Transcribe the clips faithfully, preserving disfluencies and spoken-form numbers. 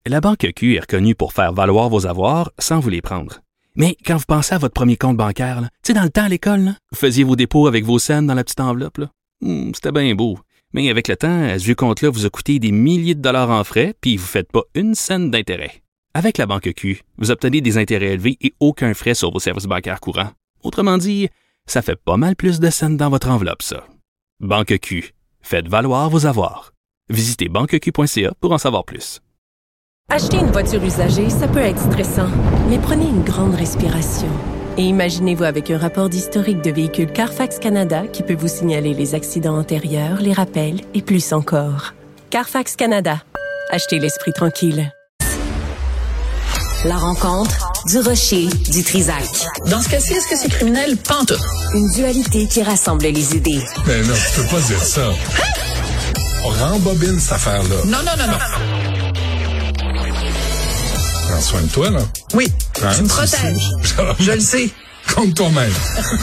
La Banque Q est reconnue pour faire valoir vos avoirs sans vous les prendre. Mais quand vous pensez à votre premier compte bancaire, tu sais, dans le temps à l'école, là, vous faisiez vos dépôts avec vos scènes dans la petite enveloppe. Là. Hum, c'était bien beau. Mais avec le temps, ce vieux compte-là vous a coûté des milliers de dollars en frais, puis vous ne faites pas une scène d'intérêt. Avec la Banque Q, vous obtenez des intérêts élevés et aucun frais sur vos services bancaires courants. Autrement dit, ça fait pas mal plus de scènes dans votre enveloppe, ça. Banque Q. Faites valoir vos avoirs. Visitez banque q point c a pour en savoir plus. Acheter une voiture usagée, ça peut être stressant, mais prenez une grande respiration. Et imaginez-vous avec un rapport d'historique de véhicule Carfax Canada qui peut vous signaler les accidents antérieurs, les rappels et plus encore. Carfax Canada. Achetez l'esprit tranquille. La rencontre du rocher du Trisac. Dans ce cas-ci, est-ce que c'est criminel? Pantoute. Une dualité qui rassemble les idées. Mais non, tu peux pas dire ça. Hein? On rembobine cette affaire-là. Non, non, non, non. Prends soin de toi, là. Oui, hein? Tu me protèges. Je, je le sais. Contre toi-même.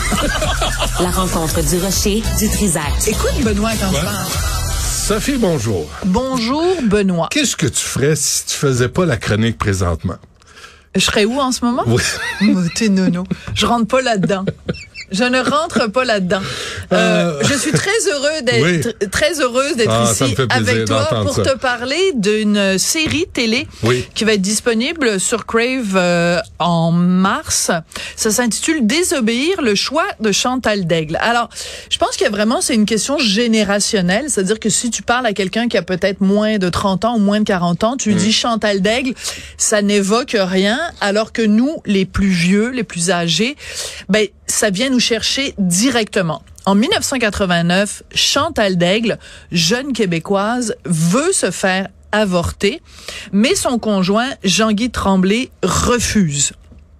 La rencontre du rocher du Trisac. Écoute, Benoît, quand ouais. je parle. Sophie, bonjour. Bonjour, Benoît. Qu'est-ce que tu ferais si tu faisais pas la chronique présentement? Je serais où en ce moment? Oui. Oh, t'es nono. Je rentre pas là-dedans. Je ne rentre pas là-dedans. Euh, euh, je suis très heureux d'être oui. très heureuse d'être ah, ici avec toi pour ça. te parler d'une série télé oui. qui va être disponible sur Crave euh, en mars. Ça s'intitule Désobéir, le choix de Chantal Daigle. Alors, je pense qu'il y a vraiment c'est une question générationnelle, c'est-à-dire que si tu parles à quelqu'un qui a peut-être moins de trente ans ou moins de quarante ans, tu lui mmh. dis Chantal Daigle, ça n'évoque rien, alors que nous, les plus vieux, les plus âgés, ben ça vient nous chercher directement. En dix-neuf cent quatre-vingt-neuf, Chantal Daigle, jeune québécoise, veut se faire avorter, mais son conjoint, Jean-Guy Tremblay, refuse.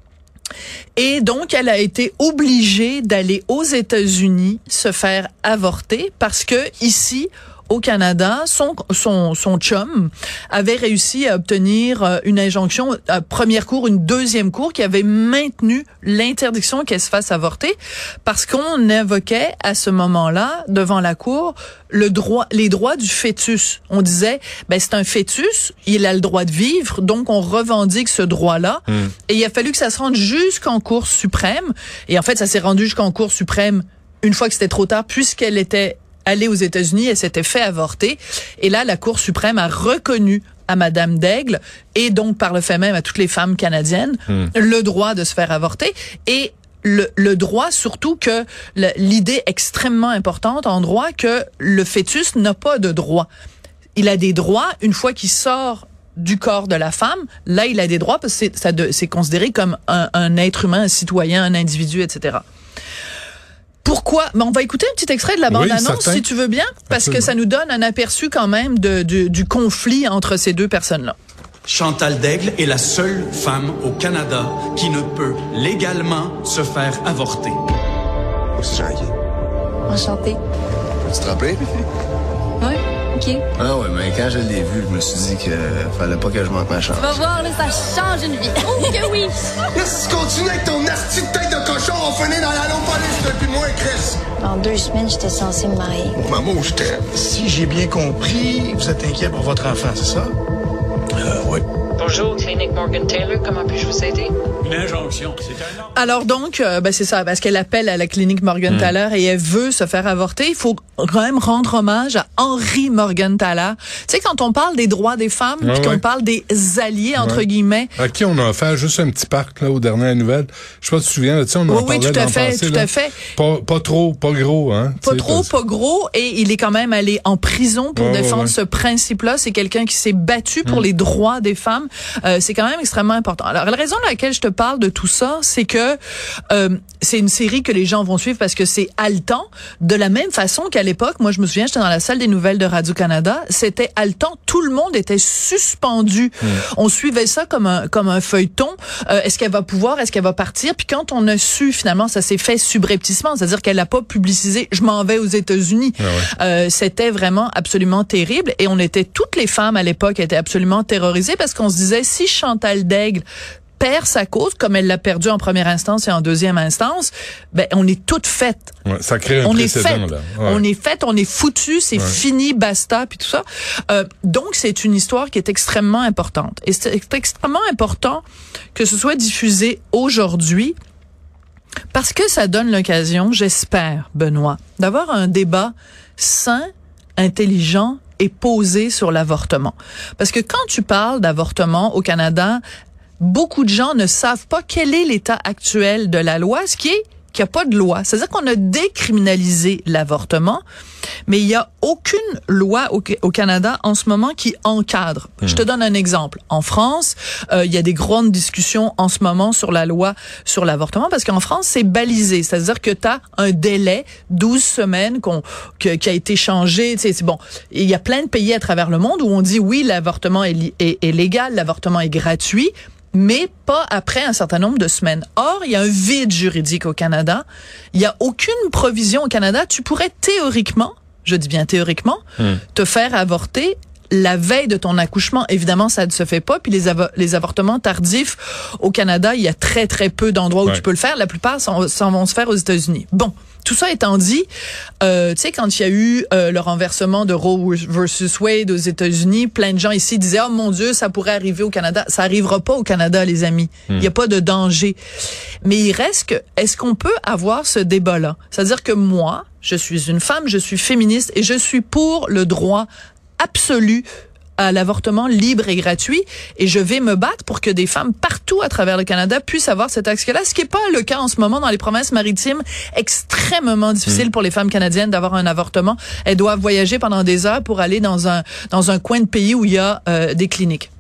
Et donc, elle a été obligée d'aller aux États-Unis se faire avorter parce que ici, au Canada, son son son chum avait réussi à obtenir une injonction à première cour, une deuxième cour qui avait maintenu l'interdiction qu'elle se fasse avorter parce qu'on invoquait à ce moment-là devant la cour le droit les droits du fœtus. On disait ben c'est un fœtus, il a le droit de vivre, donc on revendique ce droit-là. Mmh. Et il a fallu que ça se rende jusqu'en Cour suprême et en fait ça s'est rendu jusqu'en Cour suprême une fois que c'était trop tard puisqu'elle était allée aux États-Unis, elle s'était fait avorter. Et là, la Cour suprême a reconnu à Madame Daigle, et donc par le fait même à toutes les femmes canadiennes, mmh. le droit de se faire avorter. Et le, le droit, surtout que le, l'idée extrêmement importante en droit que le fœtus n'a pas de droit. Il a des droits une fois qu'il sort du corps de la femme. Là, il a des droits parce que c'est, ça de, c'est considéré comme un, un être humain, un citoyen, un individu, et cetera. Pourquoi? Mais on va écouter un petit extrait de la bande-annonce, oui, si tu veux bien, parce Absolument. que ça nous donne un aperçu quand même de, de, du conflit entre ces deux personnes-là. Chantal Daigle est la seule femme au Canada qui ne peut légalement se faire avorter. C'est Jean-Guy. Enchantée. Peux-tu te rappeler? Oui, OK. Ah ouais, mais quand je l'ai vu, je me suis dit qu'il fallait pas que je manque ma chance. Tu vas voir, là, ça change une vie. Oh que oui! Là, si tu continues avec ton artie de tête de cochon, on finit dans la longue police depuis moi, Chris. Dans deux semaines, j'étais censée me marier. Oh, maman, je t'aime. Si j'ai bien compris, vous êtes inquiet pour votre enfant, c'est ça? Euh, oui. Bonjour, Clinique Morgan Taylor, comment puis-je vous aider? Une injonction, c'est un ordre. Alors donc, euh, ben c'est ça, parce qu'elle appelle à la Clinique Morgan Taylor mmh. et elle veut se faire avorter. Il faut quand même rendre hommage à Henry Morgan Taylor. Tu sais, quand on parle des droits des femmes, ouais, puis ouais. qu'on parle des alliés, entre ouais. guillemets. À qui on a offert juste un petit parc, là, aux dernières nouvelles. Je sais pas si tu te souviens, là, tu sais, on en oui, parlait oui, tout à dans fait, le passé, tout là. à fait. Pas, pas trop, pas gros, hein. Pas trop, pas gros, et il est quand même allé en prison pour ouais, défendre ouais, ouais. ce principe-là. C'est quelqu'un qui s'est battu pour mmh. les droits des femmes. Euh, c'est quand même extrêmement important. Alors, la raison pour laquelle je te parle de tout ça, c'est que euh, c'est une série que les gens vont suivre parce que c'est haletant. De la même façon qu'à l'époque, moi, je me souviens, j'étais dans la salle des nouvelles de Radio-Canada, c'était haletant. Tout le monde était suspendu. Mmh. On suivait ça comme un comme un feuilleton. Euh, est-ce qu'elle va pouvoir, est-ce qu'elle va partir? Puis quand on a su, finalement, ça s'est fait subrepticement, c'est-à-dire qu'elle n'a pas publicisé « je m'en vais aux États-Unis ah ». Ouais. Euh, c'était vraiment absolument terrible. Et on était, toutes les femmes à l'époque étaient absolument terrorisées parce qu'on se disait, si Chantal Daigle perd sa cause, comme elle l'a perdu en première instance et en deuxième instance, ben on est toutes faites. Ouais, ça crée un on précédent, est fait, là. Ouais. On est fait, on est foutu, c'est ouais. fini, basta, puis tout ça. Euh, donc, c'est une histoire qui est extrêmement importante. Et c'est extrêmement important que ce soit diffusé aujourd'hui parce que ça donne l'occasion, j'espère, Benoît, d'avoir un débat sain, intelligent et posé sur l'avortement. Parce que quand tu parles d'avortement au Canada, beaucoup de gens ne savent pas quel est l'état actuel de la loi, ce qui est qu'il n'y a pas de loi. C'est-à-dire qu'on a décriminalisé l'avortement, mais il n'y a aucune loi au, au Canada en ce moment qui encadre. Mmh. Je te donne un exemple. En France, euh, il y a des grandes discussions en ce moment sur la loi sur l'avortement, parce qu'en France, c'est balisé. C'est-à-dire que tu as un délai, douze semaines, qu'on, que, qui a été changé. Tu sais, c'est bon. Il y a plein de pays à travers le monde où on dit oui, l'avortement est, li- est, est légal, l'avortement est gratuit, mais pas après un certain nombre de semaines. Or, il y a un vide juridique au Canada. Il y a aucune provision au Canada. Tu pourrais théoriquement, je dis bien théoriquement, mmh. te faire avorter la veille de ton accouchement. Évidemment, ça ne se fait pas. Puis les, avo- les avortements tardifs au Canada, il y a très, très peu d'endroits où ouais. tu peux le faire. La plupart s'en, s'en vont se faire aux États-Unis. Bon. Tout ça étant dit, euh, tu sais, quand il y a eu euh, le renversement de Roe versus Wade aux États-Unis, plein de gens ici disaient « Oh mon Dieu, ça pourrait arriver au Canada. » Ça arrivera pas au Canada, les amis. Il mm. n'y a pas de danger. Mais il reste que, est-ce qu'on peut avoir ce débat-là? C'est-à-dire que moi, je suis une femme, je suis féministe et je suis pour le droit absolu à l'avortement libre et gratuit, et je vais me battre pour que des femmes partout à travers le Canada puissent avoir cet accès-là, ce qui n'est pas le cas en ce moment dans les provinces maritimes, extrêmement difficile mmh. pour les femmes canadiennes d'avoir un avortement. Elles doivent voyager pendant des heures pour aller dans un dans un coin de pays où il y a euh, des cliniques.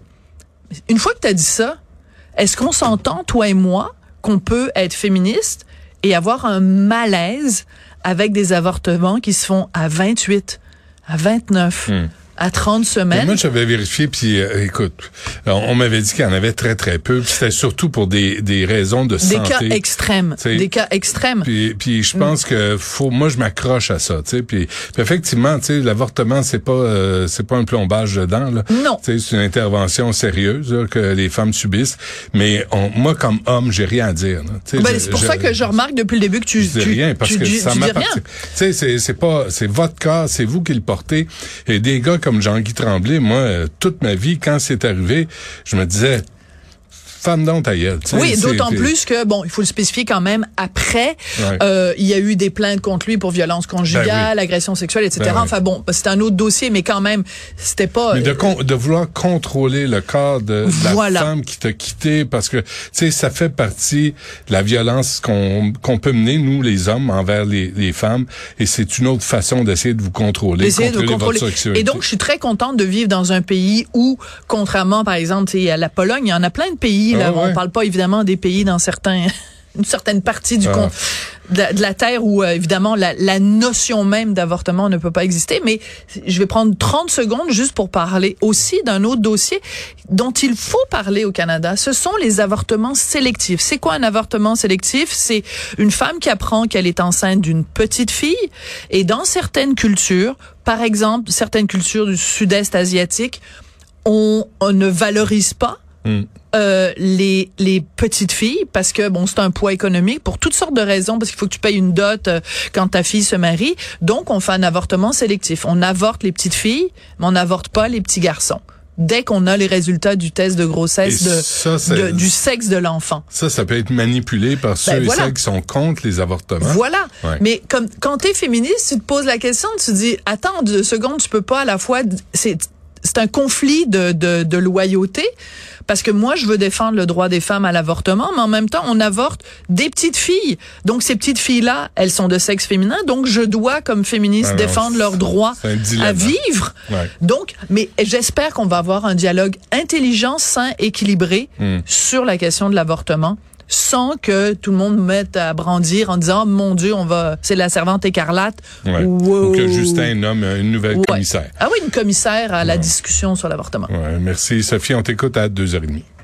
Une fois que tu as dit ça, est-ce qu'on s'entend, toi et moi, qu'on peut être féministe et avoir un malaise avec des avortements qui se font à vingt-huit, à vingt-neuf, mmh. à trente semaines. Mais moi, j'avais vérifié, puis euh, écoute, on, on m'avait dit qu'il y en avait très, très peu, puis c'était surtout pour des, des raisons de des santé. Des cas extrêmes. T'sais. Des cas extrêmes. Puis, puis je pense mm. que faut, moi, je m'accroche à ça, tu sais. Puis, puis effectivement, tu sais, l'avortement, c'est pas, euh, c'est pas un plombage dedans, là. Non. Tu sais, c'est une intervention sérieuse là, que les femmes subissent. Mais on, moi, comme homme, j'ai rien à dire. Ben, je, c'est pour je, ça que je remarque depuis le début que tu, je dis tu, rien parce tu, que tu, ça tu m'appartient. Tu sais, c'est, c'est pas, c'est votre cas, c'est vous qui le portez. Et des gars comme Jean-Guy Tremblay, moi, euh, toute ma vie, quand c'est arrivé, je me disais, femme donc ta gueule. Oui, d'autant plus que, bon, il faut le spécifier quand même, après, ouais. euh, il y a eu des plaintes contre lui pour violence conjugale, ben oui. agression sexuelle, et cetera. Ben enfin oui. bon, c'est un autre dossier, mais quand même, c'était pas... Mais de, con- de vouloir contrôler le corps de, de voilà. la femme qui t'a quitté, parce que, tu sais, ça fait partie de la violence qu'on, qu'on peut mener, nous, les hommes, envers les, les femmes, et c'est une autre façon d'essayer de vous contrôler, d'essayer contrôler, de vous contrôler. Votre sexualité. Et donc, je suis très contente de vivre dans un pays où, contrairement, par exemple, tu sais, à la Pologne, il y en a plein de pays, là, ah, ouais. on parle pas évidemment des pays dans certains, une certaine partie du ah. con, de, la, de la terre où euh, évidemment la, la notion même d'avortement ne peut pas exister. Mais je vais prendre trente secondes juste pour parler aussi d'un autre dossier dont il faut parler au Canada. Ce sont les avortements sélectifs. C'est quoi un avortement sélectif? C'est une femme qui apprend qu'elle est enceinte d'une petite fille et dans certaines cultures, par exemple certaines cultures du sud-est asiatique, on, on ne valorise pas Mm. Euh, les les petites filles parce que bon c'est un poids économique pour toutes sortes de raisons, parce qu'il faut que tu payes une dot euh, quand ta fille se marie, donc on fait un avortement sélectif. On avorte les petites filles, mais on n'avorte pas les petits garçons. Dès qu'on a les résultats du test de grossesse de, ça, de du sexe de l'enfant. Ça, ça peut être manipulé par ceux ben, voilà. et celles qui sont contre les avortements. Voilà. Ouais. Mais comme quand t'es féministe, tu te poses la question, tu te dis attends deux secondes, tu peux pas à la fois c'est c'est un conflit de, de, de loyauté, parce que moi, je veux défendre le droit des femmes à l'avortement, mais en même temps, on avorte des petites filles. Donc, ces petites filles-là, elles sont de sexe féminin, donc je dois, comme féministe, ah non, défendre leur droit à vivre. Ouais. Donc, mais j'espère qu'on va avoir un dialogue intelligent, sain, équilibré mm. sur la question de l'avortement, sans que tout le monde mette à brandir en disant oh, mon Dieu, on va c'est la servante écarlate. Ouais. Wow. Ou que Justin nomme une nouvelle ouais. commissaire. Ah oui, une commissaire à la ouais. discussion sur l'avortement. Ouais, merci Sophie, on t'écoute à deux heures trente.